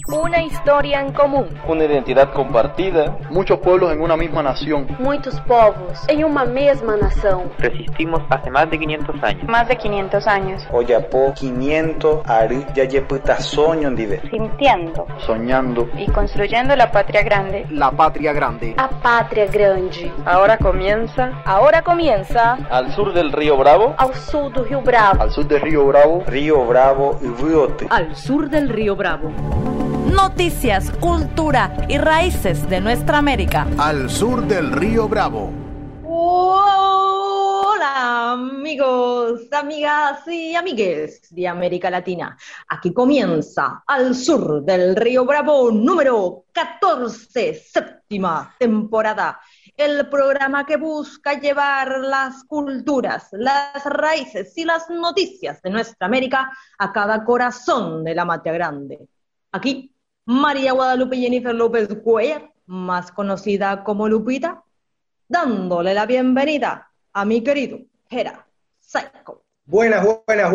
Una historia en común. Una identidad compartida. Muchos pueblos en una misma nación. Muchos povos en una misma nación. Resistimos hace más de 500 años. Más de 500 años. Oyapo 500 ari yayeputa soño ndive. Sintiendo. Soñando. Y construyendo la patria grande. La patria grande. A patria grande. Ahora comienza. Al sur del río Bravo. Al sur del río Bravo. Al sur del río Bravo. Río Bravo y Riote. Al sur del río Bravo. Noticias, cultura y raíces de nuestra América. Al sur del río Bravo. Hola amigos, amigas y amigues de América Latina. Aquí comienza Al sur del río Bravo número 14, séptima temporada. El programa que busca llevar las culturas, las raíces y las noticias de nuestra América a cada corazón de la Matria Grande. Aquí, María Guadalupe Jennifer López Cuellar, más conocida como Lupita, dándole la bienvenida a mi querido Gera Psycho. Buenas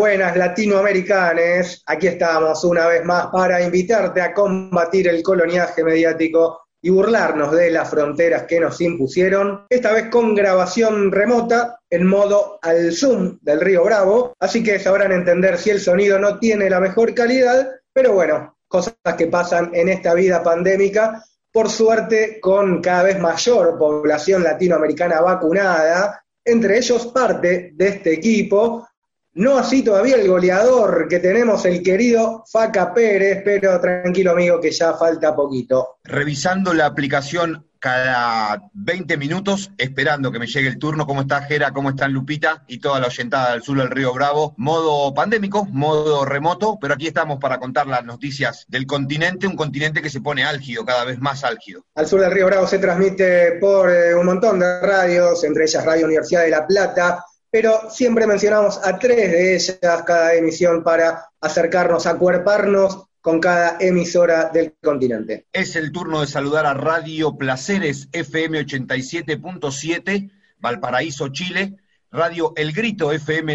latinoamericanos. Aquí estamos una vez más para invitarte a combatir el coloniaje mediático y burlarnos de las fronteras que nos impusieron, esta vez con grabación remota en modo al Zoom del río Bravo, así que sabrán entender si el sonido no tiene la mejor calidad, pero bueno, cosas que pasan en esta vida pandémica, por suerte con cada vez mayor población latinoamericana vacunada, entre ellos parte de este equipo. No así todavía el goleador que tenemos, el querido Faca Pérez, pero tranquilo amigo que ya falta poquito. Revisando la aplicación cada 20 minutos, esperando que me llegue el turno. ¿Cómo está Gera? ¿Cómo están Lupita? Y toda la oyentada del sur del río Bravo. Modo pandémico, modo remoto, pero aquí estamos para contar las noticias del continente, un continente que se pone álgido, cada vez más álgido. Al sur del río Bravo se transmite por un montón de radios, entre ellas Radio Universidad de La Plata, pero siempre mencionamos a 3 de ellas cada emisión para acercarnos, acuerparnos con cada emisora del continente. Es el turno de saludar a Radio Placeres FM 87.7, Valparaíso, Chile, Radio El Grito FM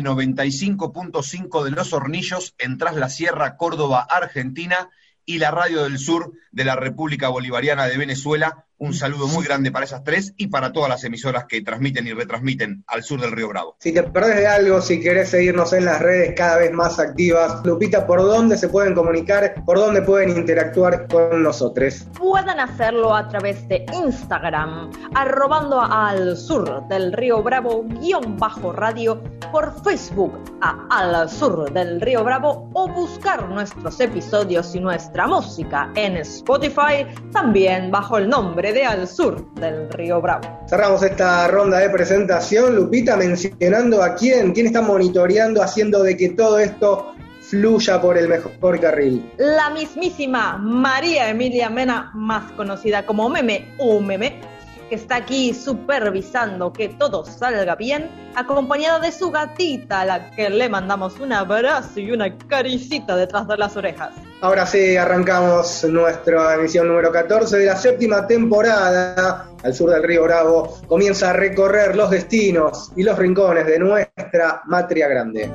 95.5 de Los Hornillos, en Tras la Sierra, Córdoba, Argentina, y la Radio del Sur de la República Bolivariana de Venezuela. Un saludo muy grande para esas 3 y para todas las emisoras que transmiten y retransmiten al sur del río Bravo. Si te perdés de algo, si querés seguirnos en las redes cada vez más activas, Lupita, ¿por dónde se pueden comunicar? ¿Por dónde pueden interactuar con nosotros? Pueden hacerlo a través de Instagram, arrobando Al Sur del Río Bravo _radio, por Facebook a Al Sur del Río Bravo, o buscar nuestros episodios y nuestra música en Spotify, también bajo el nombre de Al Sur del Río Bravo. Cerramos esta ronda de presentación, Lupita, mencionando a quién está monitoreando, haciendo de que todo esto fluya por el mejor carril. La mismísima María Emilia Mena, más conocida como Meme o Meme, que está aquí supervisando que todo salga bien, acompañada de su gatita, a la que le mandamos un abrazo y una caricita detrás de las orejas. Ahora sí, arrancamos nuestra emisión número 14 de la 7ª temporada. Al sur del río Bravo comienza a recorrer los destinos y los rincones de nuestra Matria Grande.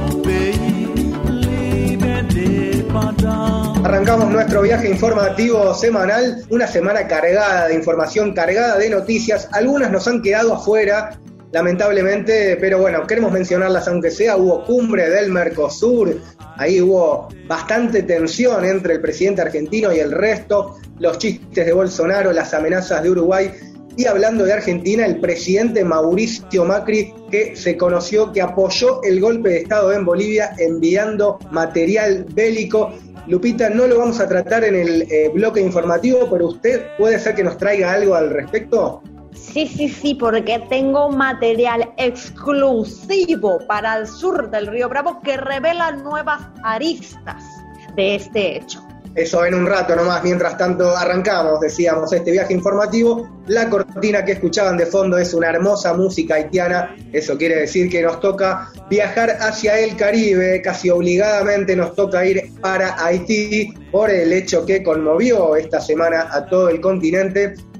Arrancamos nuestro viaje informativo semanal, una semana cargada de información, cargada de noticias. Algunas nos han quedado afuera, lamentablemente, pero bueno, queremos mencionarlas aunque sea. Hubo cumbre del Mercosur, ahí hubo bastante tensión entre el presidente argentino y el resto, los chistes de Bolsonaro, las amenazas de Uruguay. Y hablando de Argentina, el presidente Mauricio Macri, que se conoció que apoyó el golpe de Estado en Bolivia enviando material bélico. Lupita, no lo vamos a tratar en el bloque informativo, pero usted puede ser que nos traiga algo al respecto. Sí, porque tengo material exclusivo para el sur del río Bravo que revela nuevas aristas de este hecho. Eso en un rato nomás. Mientras tanto arrancamos, decíamos, este viaje informativo. La cortina que escuchaban de fondo es una hermosa música haitiana. Eso quiere decir que nos toca viajar hacia el Caribe. Casi obligadamente nos toca ir para Haití por el hecho que conmovió esta semana a todo el continente.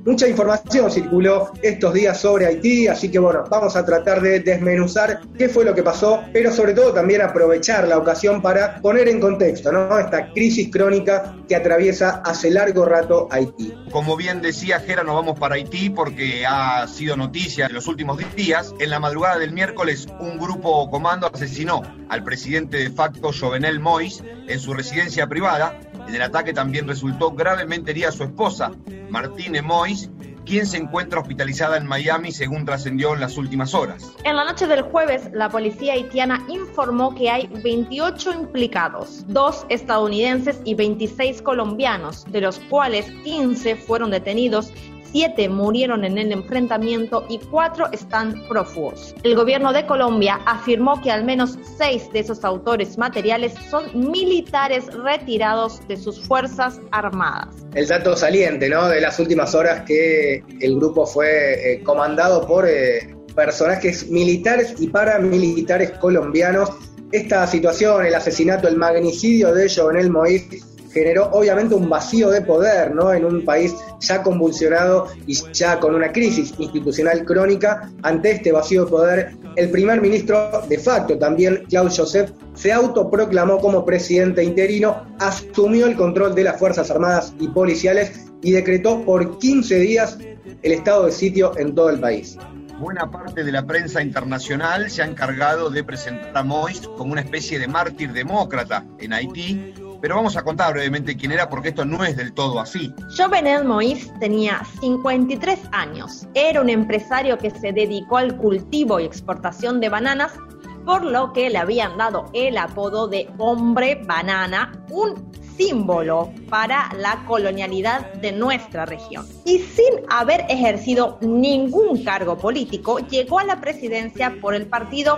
Mucha información circuló estos días sobre Haití, así que bueno, vamos a tratar de desmenuzar qué fue lo que pasó, pero sobre todo también aprovechar la ocasión para poner en contexto, ¿no?, esta crisis crónica que atraviesa hace largo rato Haití. Como bien decía Jera, nos vamos para Haití porque ha sido noticia en los últimos días. En la madrugada del miércoles, un grupo comando asesinó al presidente de facto Jovenel Moïse en su residencia privada. En el ataque también resultó gravemente herida su esposa, Martine Moïse, quien se encuentra hospitalizada en Miami, según trascendió en las últimas horas. En la noche del jueves, la policía haitiana informó que hay 28 implicados, 2 estadounidenses y 26 colombianos, de los cuales 15 fueron detenidos, 7 murieron en el enfrentamiento y 4 están prófugos. El gobierno de Colombia afirmó que al menos 6 de esos autores materiales son militares retirados de sus fuerzas armadas. El dato saliente, ¿no?, de las últimas horas, que el grupo fue comandado por personajes militares y paramilitares colombianos. Esta situación, el asesinato, el magnicidio de Jovenel Moïse, generó obviamente un vacío de poder, ¿no?, en un país ya convulsionado y ya con una crisis institucional crónica. Ante este vacío de poder, el primer ministro de facto, también Claude Joseph, se autoproclamó como presidente interino, asumió el control de las Fuerzas Armadas y policiales y decretó por 15 días el estado de sitio en todo el país. Buena parte de la prensa internacional se ha encargado de presentar a Moïse como una especie de mártir demócrata en Haití, pero vamos a contar brevemente quién era, porque esto no es del todo así. Jovenel Moïse tenía 53 años. Era un empresario que se dedicó al cultivo y exportación de bananas, por lo que le habían dado el apodo de hombre banana, un símbolo para la colonialidad de nuestra región. Y sin haber ejercido ningún cargo político, llegó a la presidencia por el partido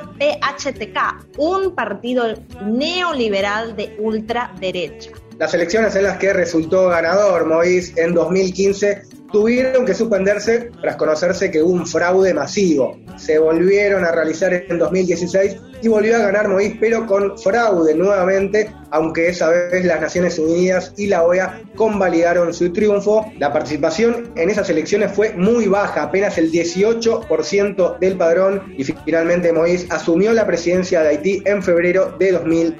PHTK, un partido neoliberal de ultraderecha. Las elecciones en las que resultó ganador Moïse en 2015 tuvieron que suspenderse tras conocerse que hubo un fraude masivo. Se volvieron a realizar en 2016 y volvió a ganar Moïse, pero con fraude nuevamente, aunque esa vez las Naciones Unidas y la OEA convalidaron su triunfo. La participación en esas elecciones fue muy baja, apenas el 18% del padrón, y finalmente Moïse asumió la presidencia de Haití en febrero de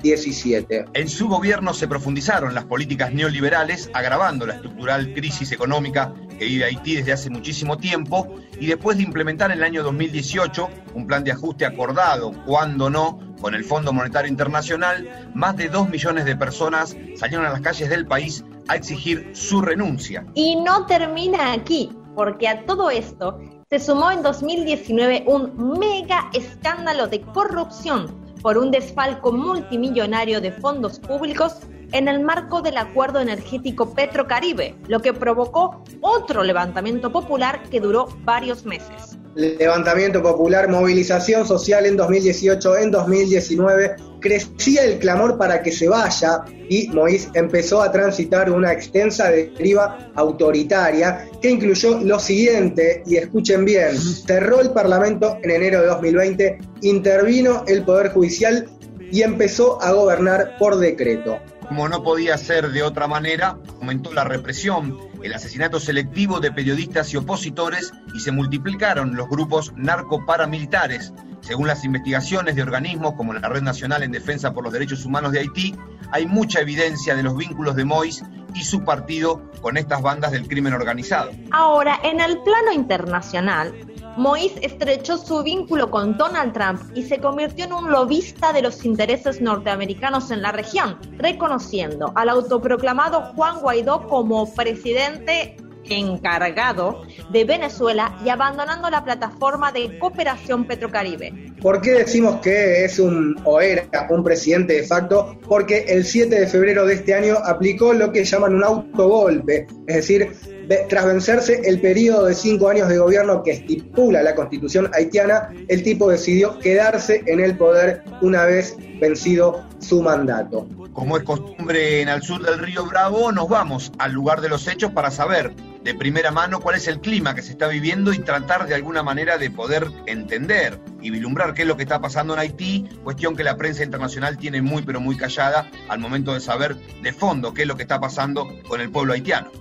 2017. En su gobierno se profundizaron las políticas neoliberales, agravando la estructural crisis económica que vive Haití desde hace muchísimo tiempo, y después de implementar en el año 2018 un plan de ajuste acordado, cuando no, con el Fondo Monetario Internacional, más de 2 millones de personas salieron a las calles del país a exigir su renuncia. Y no termina aquí, porque a todo esto se sumó en 2019 un mega escándalo de corrupción por un desfalco multimillonario de fondos públicos en el marco del acuerdo energético Petrocaribe, lo que provocó otro levantamiento popular que duró varios meses. Levantamiento popular, movilización social en 2018, en 2019, crecía el clamor para que se vaya y Moïse empezó a transitar una extensa deriva autoritaria que incluyó lo siguiente, y escuchen bien: cerró el Parlamento en enero de 2020, intervino el Poder Judicial y empezó a gobernar por decreto. Como no podía ser de otra manera, aumentó la represión, el asesinato selectivo de periodistas y opositores, y se multiplicaron los grupos narcoparamilitares. Según las investigaciones de organismos como la Red Nacional en Defensa por los Derechos Humanos de Haití, hay mucha evidencia de los vínculos de Moïse y su partido con estas bandas del crimen organizado. Ahora, en el plano internacional, Moïse estrechó su vínculo con Donald Trump y se convirtió en un lobista de los intereses norteamericanos en la región, reconociendo al autoproclamado Juan Guaidó como presidente encargado de Venezuela y abandonando la plataforma de cooperación Petrocaribe. ¿Por qué decimos que es era un presidente de facto? Porque el 7 de febrero de este año aplicó lo que llaman un autogolpe, es decir, tras vencerse el periodo de 5 años de gobierno que estipula la Constitución haitiana, el tipo decidió quedarse en el poder una vez vencido su mandato. Como es costumbre en el sur del Río Bravo, nos vamos al lugar de los hechos para saber de primera mano cuál es el clima que se está viviendo y tratar de alguna manera de poder entender y vislumbrar qué es lo que está pasando en Haití, cuestión que la prensa internacional tiene muy pero muy callada al momento de saber de fondo qué es lo que está pasando con el pueblo haitiano.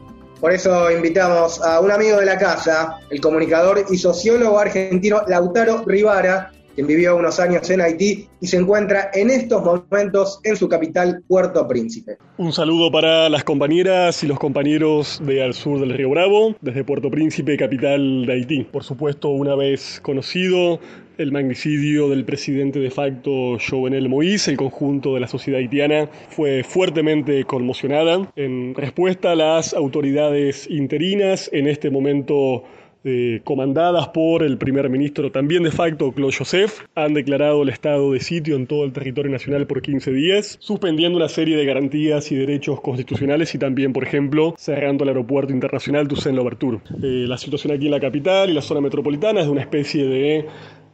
Por eso invitamos a un amigo de la casa, el comunicador y sociólogo argentino Lautaro Rivara, quien vivió unos años en Haití y se encuentra en estos momentos en su capital, Puerto Príncipe. Un saludo para las compañeras y los compañeros de Al Sur del Río Bravo, desde Puerto Príncipe, capital de Haití. Por supuesto, una vez conocido el magnicidio del presidente de facto Jovenel Moïse, el conjunto de la sociedad haitiana fue fuertemente conmocionada. En respuesta, las autoridades interinas, en este momento comandadas por el primer ministro también de facto, Claude Joseph, han declarado el estado de sitio en todo el territorio nacional por 15 días, suspendiendo una serie de garantías y derechos constitucionales y también, por ejemplo, cerrando el aeropuerto internacional Toussaint Louverture. La situación aquí en la capital y la zona metropolitana es de una especie de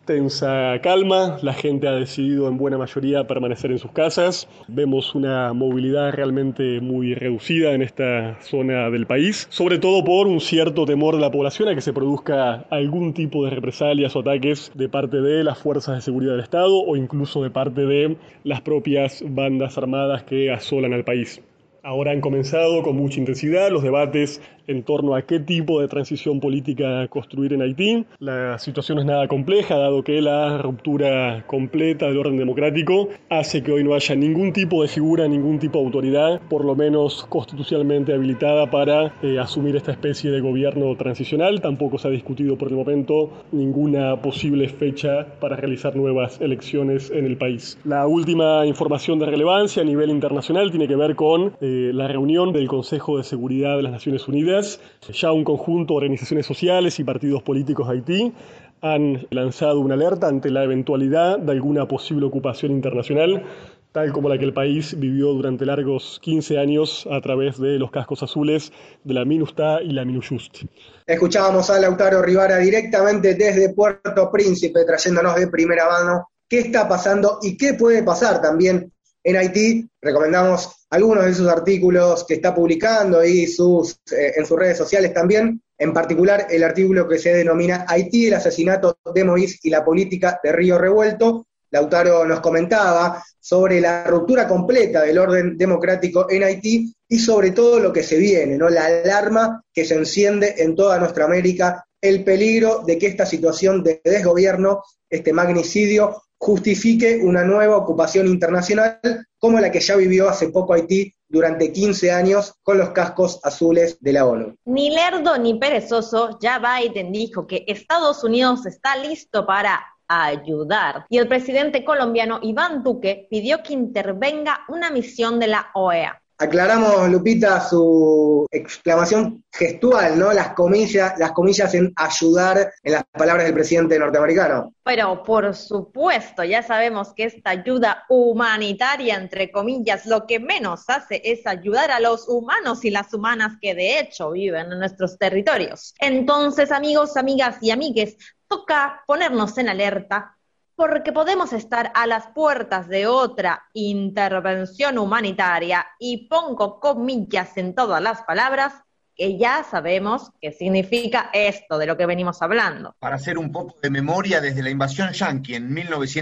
tensa calma. La gente ha decidido en buena mayoría permanecer en sus casas. Vemos una movilidad realmente muy reducida en esta zona del país, sobre todo por un cierto temor de la población a que se produzca algún tipo de represalias o ataques de parte de las fuerzas de seguridad del Estado o incluso de parte de las propias bandas armadas que asolan al país. Ahora han comenzado con mucha intensidad los debates en torno a qué tipo de transición política construir en Haití. La situación es nada compleja, dado que la ruptura completa del orden democrático hace que hoy no haya ningún tipo de figura, ningún tipo de autoridad, por lo menos constitucionalmente habilitada para asumir esta especie de gobierno transicional. Tampoco se ha discutido por el momento ninguna posible fecha para realizar nuevas elecciones en el país. La última información de relevancia a nivel internacional tiene que ver con la reunión del Consejo de Seguridad de las Naciones Unidas. Ya un conjunto de organizaciones sociales y partidos políticos de Haití han lanzado una alerta ante la eventualidad de alguna posible ocupación internacional, tal como la que el país vivió durante largos 15 años a través de los cascos azules de la MINUSTAH y la MINUJUST. Escuchábamos a Lautaro Rivara directamente desde Puerto Príncipe, trayéndonos de primera mano qué está pasando y qué puede pasar también en Haití. Recomendamos algunos de sus artículos que está publicando y en sus redes sociales también, en particular el artículo que se denomina Haití, el asesinato de Moïse y la política de Río Revuelto. Lautaro nos comentaba sobre la ruptura completa del orden democrático en Haití y sobre todo lo que se viene, ¿no? La alarma que se enciende en toda nuestra América, el peligro de que esta situación de desgobierno, este magnicidio, justifique una nueva ocupación internacional como la que ya vivió hace poco Haití durante 15 años con los cascos azules de la ONU. Ni lerdo ni perezoso, ya Biden dijo que Estados Unidos está listo para ayudar. Y el presidente colombiano Iván Duque pidió que intervenga una misión de la OEA. Aclaramos, Lupita, su exclamación gestual, ¿no? Las comillas en ayudar en las palabras del presidente norteamericano. Pero por supuesto, ya sabemos que esta ayuda humanitaria, entre comillas, lo que menos hace es ayudar a los humanos y las humanas que de hecho viven en nuestros territorios. Entonces, amigos, amigas y amigues, toca ponernos en alerta, porque podemos estar a las puertas de otra intervención humanitaria, y pongo comillas en todas las palabras, que ya sabemos qué significa esto de lo que venimos hablando. Para hacer un poco de memoria, desde la invasión yanqui en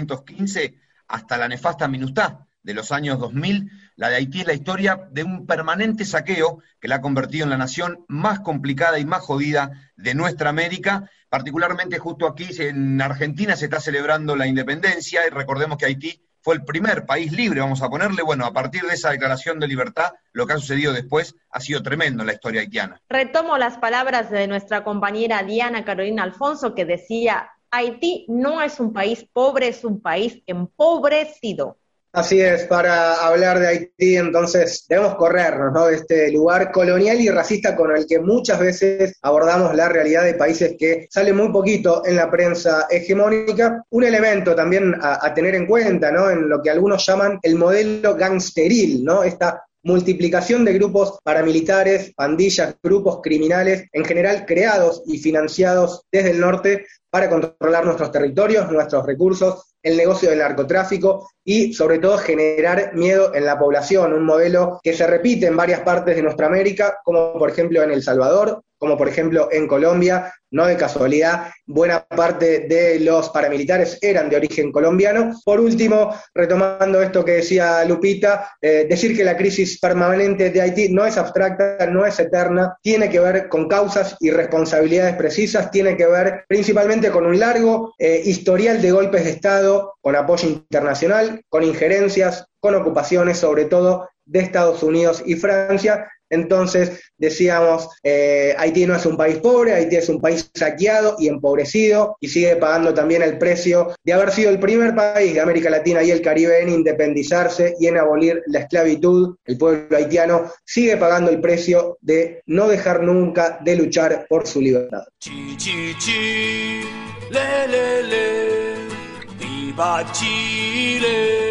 1915 hasta la nefasta MINUSTAH de los años 2000, la de Haití es la historia de un permanente saqueo que la ha convertido en la nación más complicada y más jodida de nuestra América. Particularmente justo aquí en Argentina se está celebrando la independencia y recordemos que Haití fue el primer país libre, vamos a ponerle. Bueno, a partir de esa declaración de libertad, lo que ha sucedido después ha sido tremendo en la historia haitiana. Retomo las palabras de nuestra compañera Diana Carolina Alfonso, que decía: Haití no es un país pobre, es un país empobrecido. Así es, para hablar de Haití entonces debemos corrernos, ¿no?, de este lugar colonial y racista con el que muchas veces abordamos la realidad de países que salen muy poquito en la prensa hegemónica. Un elemento también a tener en cuenta, ¿no?, en lo que algunos llaman el modelo gangsteril, ¿no?, esta multiplicación de grupos paramilitares, pandillas, grupos criminales, en general creados y financiados desde el norte para controlar nuestros territorios, nuestros recursos, el negocio del narcotráfico y sobre todo generar miedo en la población, un modelo que se repite en varias partes de nuestra América, como por ejemplo en El Salvador, como por ejemplo en Colombia. No de casualidad, buena parte de los paramilitares eran de origen colombiano. Por último, retomando esto que decía Lupita, decir que la crisis permanente de Haití no es abstracta, no es eterna, tiene que ver con causas y responsabilidades precisas, tiene que ver principalmente con un largo historial de golpes de Estado, con apoyo internacional, con injerencias, con ocupaciones, sobre todo de Estados Unidos y Francia. Entonces, decíamos, Haití no es un país pobre, Haití es un país saqueado y empobrecido, y sigue pagando también el precio de haber sido el primer país de América Latina y el Caribe en independizarse y en abolir la esclavitud. El pueblo haitiano sigue pagando el precio de no dejar nunca de luchar por su libertad. Chi, chi, chi, le, le, le, viva Chile.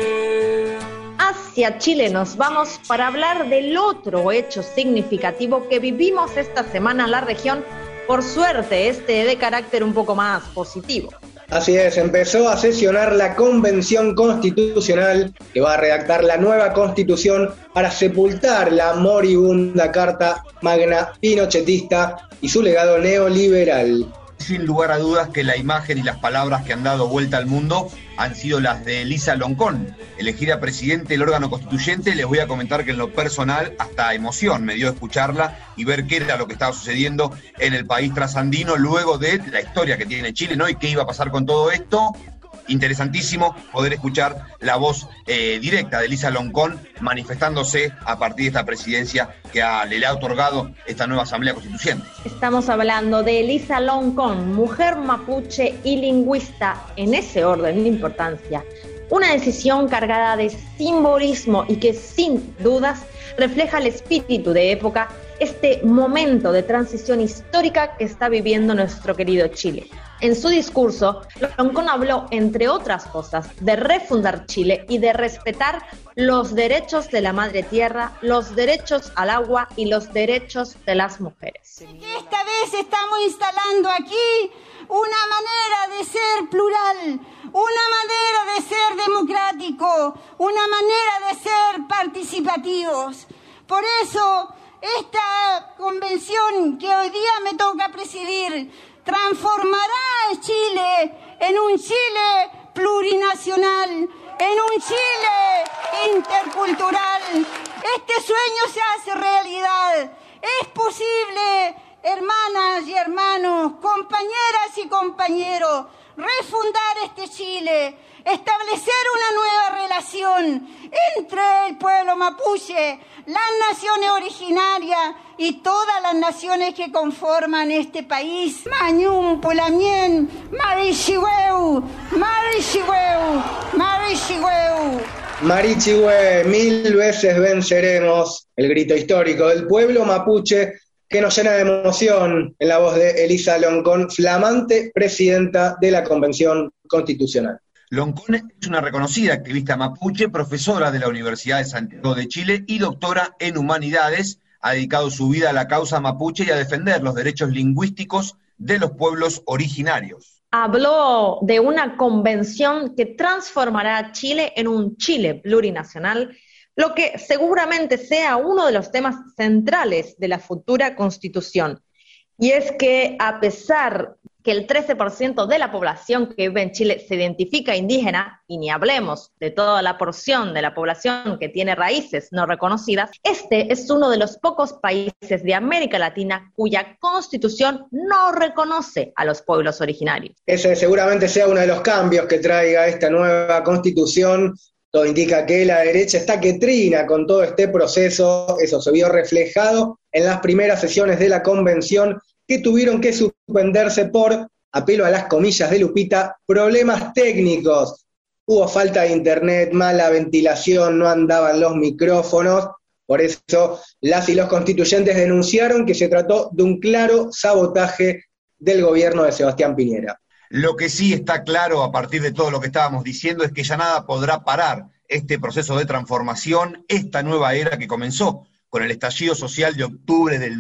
Hacia Chile nos vamos para hablar del otro hecho significativo que vivimos esta semana en la región, por suerte de carácter un poco más positivo. Así es, empezó a sesionar la Convención Constitucional que va a redactar la nueva Constitución para sepultar la moribunda Carta Magna pinochetista y su legado neoliberal. Sin lugar a dudas que la imagen y las palabras que han dado vuelta al mundo han sido las de Elisa Loncón, elegida presidente del órgano constituyente. Les voy a comentar que en lo personal hasta emoción me dio escucharla y ver qué era lo que estaba sucediendo en el país trasandino luego de la historia que tiene Chile, ¿no? Y qué iba a pasar con todo esto. Interesantísimo poder escuchar la voz directa de Elisa Loncón manifestándose a partir de esta presidencia que le ha otorgado esta nueva Asamblea Constituyente. Estamos hablando de Elisa Loncón, mujer mapuche y lingüista, en ese orden de importancia. Una decisión cargada de simbolismo y que sin dudas refleja el espíritu de época, este momento de transición histórica que está viviendo nuestro querido Chile. En su discurso, Loncón habló, entre otras cosas, de refundar Chile y de respetar los derechos de la madre tierra, los derechos al agua y los derechos de las mujeres. Esta vez estamos instalando aquí una manera de ser plural, una manera de ser democrático, una manera de ser participativos. Por eso, esta convención que hoy día me toca presidir transformará a Chile en un Chile plurinacional, en un Chile intercultural. Este sueño se hace realidad. Es posible, hermanas y hermanos, compañeras y compañeros, refundar este Chile, establecer una nueva relación entre el pueblo mapuche, las naciones originarias y todas las naciones que conforman este país. Mañum, Pulamien, Marichihueu, Marichihueu, Marichihueu. Marichihue, 1000 veces venceremos, el grito histórico del pueblo mapuche que nos llena de emoción en la voz de Elisa Loncón, flamante presidenta de la Convención Constitucional. Loncón es una reconocida activista mapuche, profesora de la Universidad de Santiago de Chile y doctora en Humanidades. Ha dedicado su vida a la causa mapuche y a defender los derechos lingüísticos de los pueblos originarios. Habló de una convención que transformará a Chile en un Chile plurinacional, lo que seguramente sea uno de los temas centrales de la futura Constitución. Y es que a pesar que el 13% de la población que vive en Chile se identifica indígena, y ni hablemos de toda la porción de la población que tiene raíces no reconocidas, este es uno de los pocos países de América Latina cuya constitución no reconoce a los pueblos originarios. Ese seguramente sea uno de los cambios que traiga esta nueva constitución. Todo indica que la derecha está que trina con todo este proceso. Eso se vio reflejado en las primeras sesiones de la convención, que tuvieron que suspenderse por, apelo a las comillas de Lupita, problemas técnicos. Hubo falta de internet, mala ventilación, no andaban los micrófonos. Por eso las y los constituyentes denunciaron que se trató de un claro sabotaje del gobierno de Sebastián Piñera. Lo que sí está claro a partir de todo lo que estábamos diciendo es que ya nada podrá parar este proceso de transformación, esta nueva era que comenzó con el estallido social de octubre del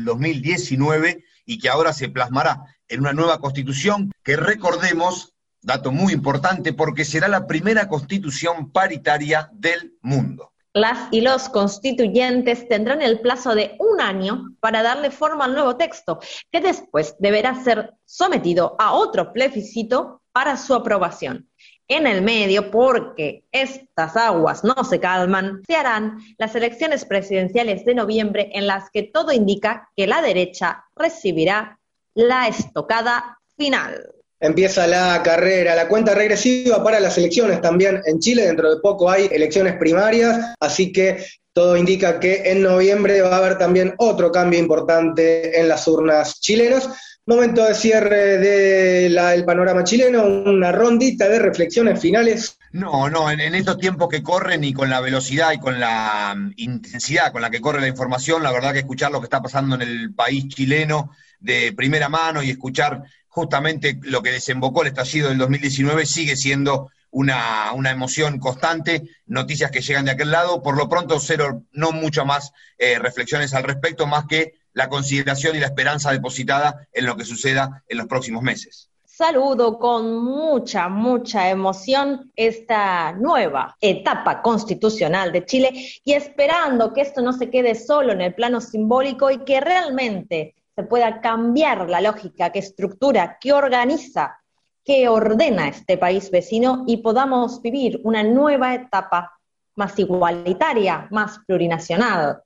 2019 y que ahora se plasmará en una nueva constitución que, recordemos, dato muy importante, porque será la primera constitución paritaria del mundo. Las y los constituyentes tendrán el plazo de 1 año para darle forma al nuevo texto, que después deberá ser sometido a otro plebiscito para su aprobación. En el medio, porque estas aguas no se calman, se harán las elecciones presidenciales de noviembre, en las que todo indica que la derecha recibirá la estocada final. Empieza la carrera, la cuenta regresiva para las elecciones también en Chile. Dentro de poco hay elecciones primarias, así que todo indica que en noviembre va a haber también otro cambio importante en las urnas chilenas. Momento de cierre del panorama chileno, una rondita de reflexiones finales. No, en estos tiempos que corren y con la velocidad y con la intensidad con la que corre la información, la verdad que escuchar lo que está pasando en el país chileno de primera mano y escuchar justamente lo que desembocó el estallido del 2019 sigue siendo una emoción constante, noticias que llegan de aquel lado, por lo pronto no mucho más reflexiones al respecto, más que la consideración y la esperanza depositada en lo que suceda en los próximos meses. Saludo con mucha emoción esta nueva etapa constitucional de Chile y esperando que esto no se quede solo en el plano simbólico y que realmente se pueda cambiar la lógica que estructura, que organiza, que ordena este país vecino y podamos vivir una nueva etapa más igualitaria, más plurinacional,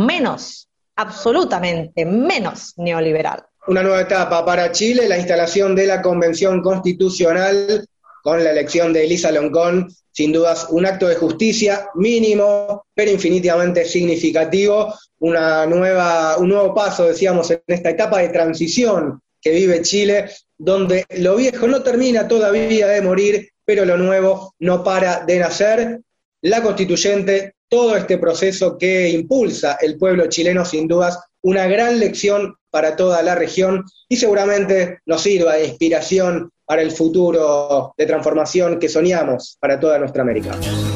absolutamente menos neoliberal. Una nueva etapa para Chile, la instalación de la Convención Constitucional con la elección de Elisa Loncón, sin dudas un acto de justicia mínimo, pero infinitivamente significativo, un nuevo paso, decíamos, en esta etapa de transición que vive Chile, donde lo viejo no termina todavía de morir, pero lo nuevo no para de nacer. La constituyente, todo este proceso que impulsa el pueblo chileno, sin dudas, una gran lección para toda la región y seguramente nos sirva de inspiración para el futuro de transformación que soñamos para toda nuestra América.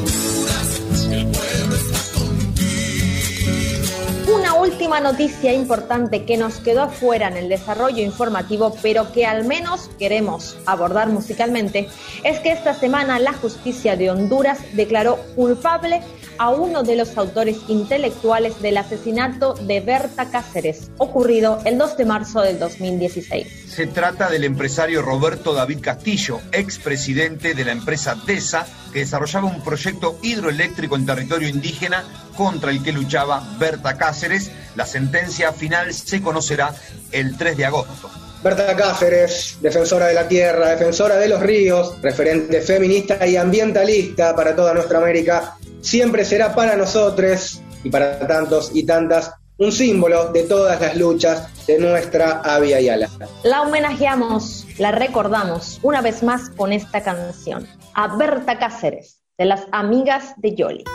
Una última noticia importante que nos quedó afuera en el desarrollo informativo, pero que al menos queremos abordar musicalmente, es que esta semana la justicia de Honduras declaró culpable a uno de los autores intelectuales del asesinato de Berta Cáceres, ocurrido el 2 de marzo del 2016. Se trata del empresario Roberto David Castillo, expresidente de la empresa DESA, que desarrollaba un proyecto hidroeléctrico en territorio indígena contra el que luchaba Berta Cáceres. La sentencia final se conocerá el 3 de agosto. Berta Cáceres, defensora de la tierra, defensora de los ríos, referente feminista y ambientalista para toda nuestra América, siempre será para nosotros y para tantos y tantas un símbolo de todas las luchas de nuestra Abya Yala. La homenajeamos, la recordamos una vez más con esta canción, a Berta Cáceres, de las Amigas de Yoli.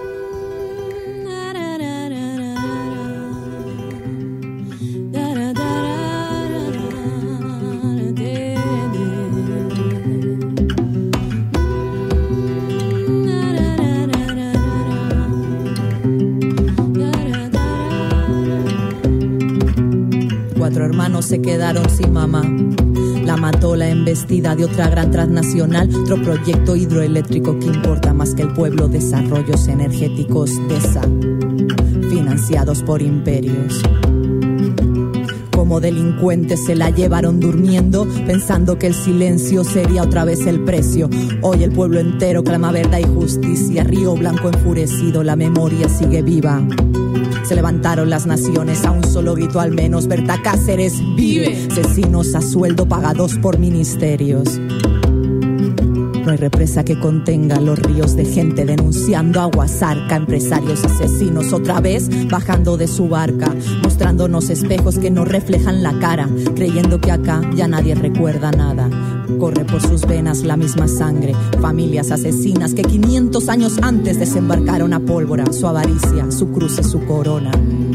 Cuatro hermanos se quedaron sin mamá. La mató la embestida de otra gran transnacional, otro proyecto hidroeléctrico que importa más que el pueblo, desarrollos energéticos DESA, financiados por imperios. Como delincuentes se la llevaron durmiendo, pensando que el silencio sería otra vez el precio. Hoy el pueblo entero clama verdad y justicia. Río Blanco enfurecido, la memoria sigue viva. Se levantaron las naciones a un solo grito al menos: Berta Cáceres vive. Asesinos a sueldo pagados por ministerios. No hay represa que contenga los ríos de gente denunciando agua zarca. Empresarios asesinos otra vez bajando de su barca, mostrándonos espejos que nos reflejan la cara, creyendo que acá ya nadie recuerda nada. Corre por sus venas la misma sangre. Familias asesinas que 500 años antes desembarcaron a pólvora su avaricia, su cruz y su corona.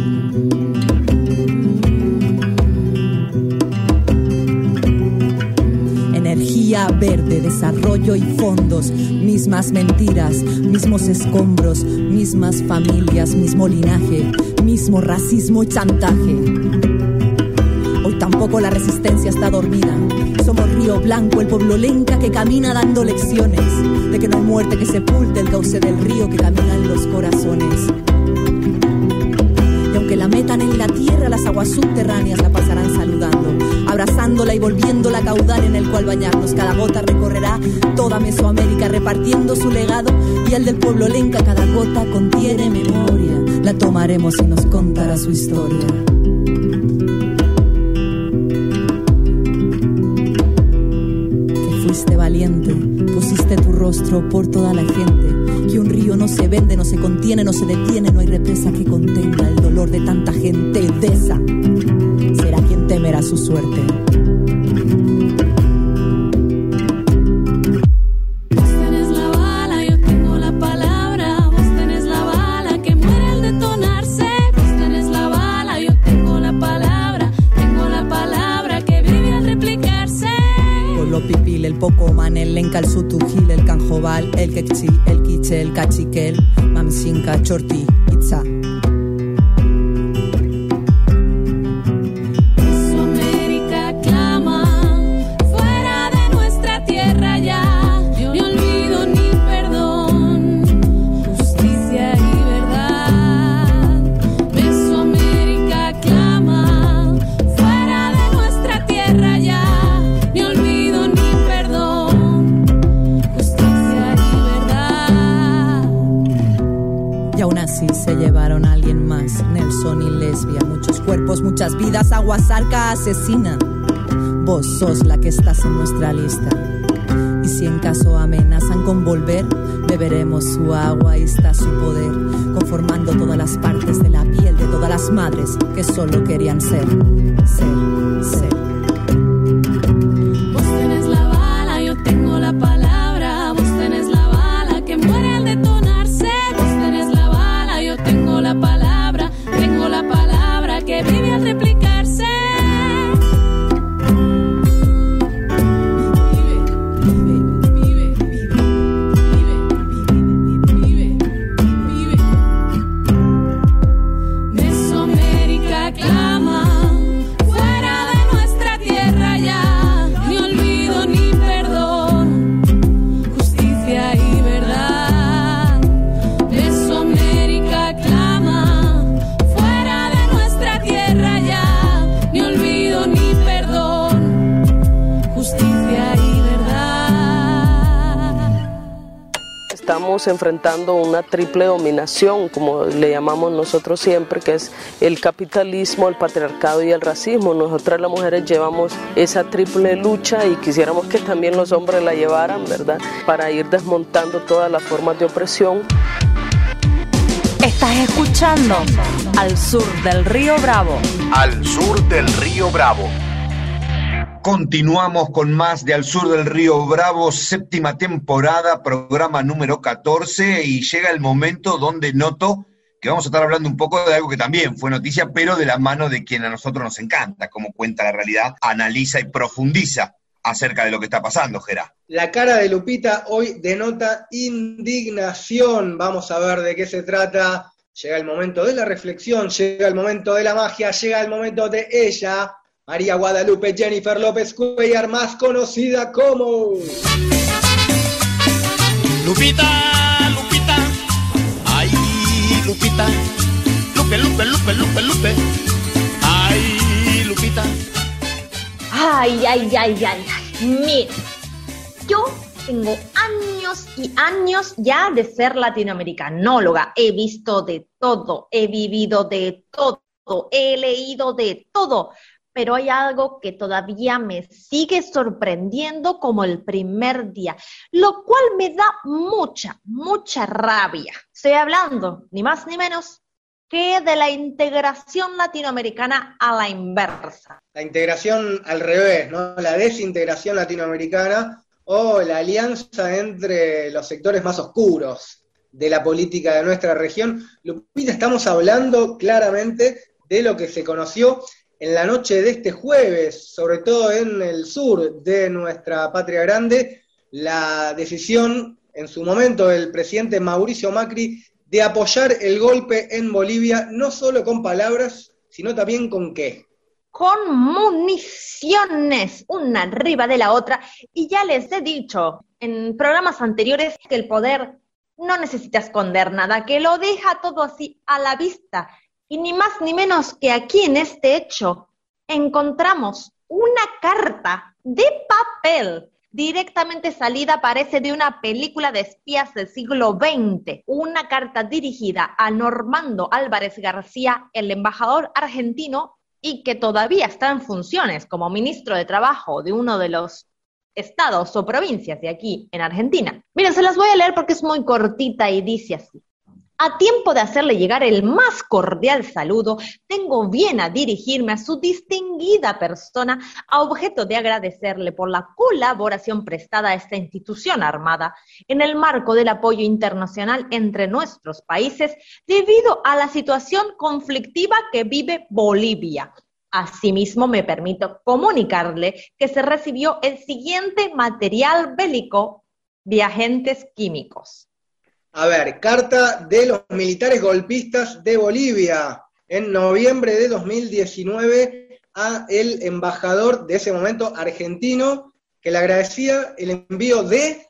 Energía verde, desarrollo y fondos, mismas mentiras, mismos escombros, mismas familias, mismo linaje, mismo racismo y chantaje. Hoy tampoco la resistencia está dormida. Somos Río Blanco, el pueblo lenca que camina dando lecciones de que no hay muerte que sepulte el cauce del río que camina en los corazones. Y aunque la metan en la tierra, las aguas subterráneas la pasarán saludando, abrazándola y volviéndola a caudal en el cual bañarnos. Cada gota recorrerá toda Mesoamérica repartiendo su legado, y el del pueblo lenca cada gota contiene memoria. La tomaremos y nos contará su historia. Que fuiste valiente, pusiste tu rostro por toda la gente. Que un río no se vende, no se contiene, no se detiene, no hay represa que contenga el dolor de tanta gente. De esa será quien temerá su suerte. El Pocoman, el Lenca, el Sutujil, el Canjobal, el Quechí, el Quiche, el Cachiquel, Mamsinca, Chorti, Itza. Mesoamérica clama, fuera de nuestra tierra ya, ni olvido ni perdón, justicia y verdad. Mesoamérica clama, fuera de nuestra tierra ya. Y aún así se llevaron a alguien más, Nelson y Lesbia. Muchos cuerpos, muchas vidas, Aguasarca asesina. Vos sos la que estás en nuestra lista. Y si en caso amenazan con volver, beberemos su agua y está su poder, conformando todas las partes de la piel de todas las madres que solo querían ser. Vos tenés la bala, yo tengo la palabra. Vos tenés la bala que muere al detonarse. Tengo la palabra que vive al replicarse. Vive. Mesoamérica clama, fuera de nuestra tierra ya, ni olvido ni perdón, justicia y verdad. Mesoamérica clama, fuera de nuestra tierra ya, ni olvido ni perdón, justicia y verdad. Estamos enfrentando una triple dominación, como le llamamos nosotros siempre, que es el capitalismo, el patriarcado y el racismo. Nosotras las mujeres llevamos esa triple lucha y quisiéramos que también los hombres la llevaran, ¿verdad? Para ir desmontando todas las formas de opresión. Estás escuchando Al Sur del Río Bravo. Al Sur del Río Bravo. Continuamos con más de Al Sur del Río Bravo, séptima temporada, programa número 14, y llega el momento donde noto que vamos a estar hablando un poco de algo que también fue noticia, pero de la mano de quien a nosotros nos encanta, cómo cuenta la realidad, analiza y profundiza acerca de lo que está pasando, Gerá. La cara de Lupita hoy denota indignación. Vamos a ver de qué se trata. Llega el momento de la reflexión, llega el momento de la magia, llega el momento de ella, María Guadalupe Jennifer López Cuellar, más conocida como... Lupita, ay, Lupita, Lupe, ay, Lupita. Ay, mira, yo tengo años y años ya de ser latinoamericanóloga, he visto de todo, he vivido de todo, he leído de todo, pero hay algo que todavía me sigue sorprendiendo como el primer día, lo cual me da mucha rabia. Estoy hablando, ni más ni menos, que de la integración latinoamericana a la inversa. La integración al revés, ¿no? La desintegración latinoamericana o la alianza entre los sectores más oscuros de la política de nuestra región. Lupita, estamos hablando claramente de lo que se conoció en la noche de este jueves, sobre todo en el sur de nuestra patria grande, la decisión en su momento del presidente Mauricio Macri de apoyar el golpe en Bolivia, no solo con palabras, sino también con ¿qué? con municiones, una arriba de la otra, y ya les he dicho en programas anteriores que el poder no necesita esconder nada, que lo deja todo así a la vista, y ni más ni menos que aquí en este hecho encontramos una carta de papel directamente salida, parece, de una película de espías del siglo XX, una carta dirigida a Normando Álvarez García, el embajador argentino, y que todavía está en funciones como ministro de Trabajo de uno de los estados o provincias de aquí en Argentina. Miren, se las voy a leer porque es muy cortita y dice así: a tiempo de hacerle llegar el más cordial saludo, tengo bien a dirigirme a su distinguida persona a objeto de agradecerle por la colaboración prestada a esta institución armada en el marco del apoyo internacional entre nuestros países debido a la situación conflictiva que vive Bolivia. Asimismo, me permito comunicarle que se recibió el siguiente material bélico de agentes químicos. A ver, carta de los militares golpistas de Bolivia en noviembre de 2019 a el embajador de ese momento argentino, que le agradecía el envío de...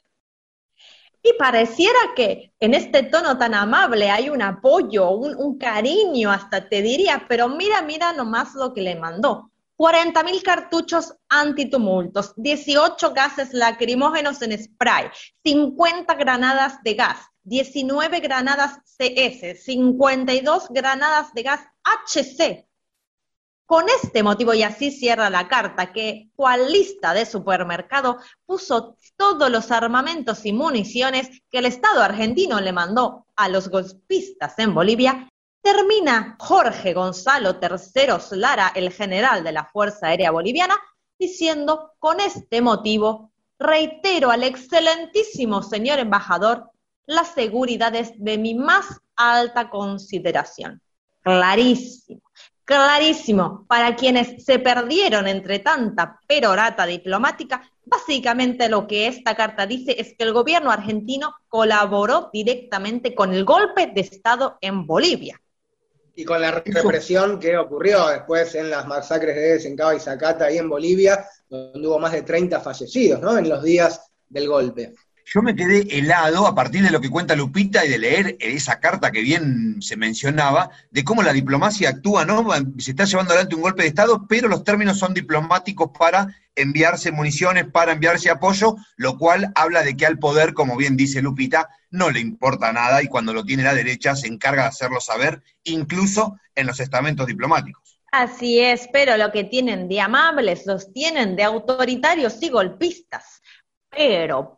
Y pareciera que en este tono tan amable hay un apoyo, un cariño hasta te diría, pero mira nomás lo que le mandó. 40.000 cartuchos antitumultos, 18 gases lacrimógenos en spray, 50 granadas de gas, 19 granadas CS, 52 granadas de gas HC. Con este motivo, y así cierra la carta, que cual lista de supermercado puso todos los armamentos y municiones que el Estado argentino le mandó a los golpistas en Bolivia, termina Jorge Gonzalo Terceros Lara, el general de la Fuerza Aérea Boliviana, diciendo: con este motivo, reitero al excelentísimo señor embajador las seguridades de mi más alta consideración. Clarísimo, clarísimo. Para quienes se perdieron entre tanta perorata diplomática, básicamente lo que esta carta dice es que el gobierno argentino colaboró directamente con el golpe de Estado en Bolivia. Y con la represión que ocurrió después en las masacres de Desencaba y Zacata ahí en Bolivia, donde hubo más de 30 fallecidos, ¿no?, en los días del golpe. Yo me quedé helado a partir de lo que cuenta Lupita y de leer esa carta que bien se mencionaba, de cómo la diplomacia actúa, ¿no? Se está llevando adelante un golpe de Estado, pero los términos son diplomáticos para enviarse municiones, para enviarse apoyo, lo cual habla de que al poder, como bien dice Lupita, no le importa nada, y cuando lo tiene la derecha se encarga de hacerlo saber, incluso en los estamentos diplomáticos. Así es, pero lo que tienen de amables los tienen de autoritarios y golpistas. Pero,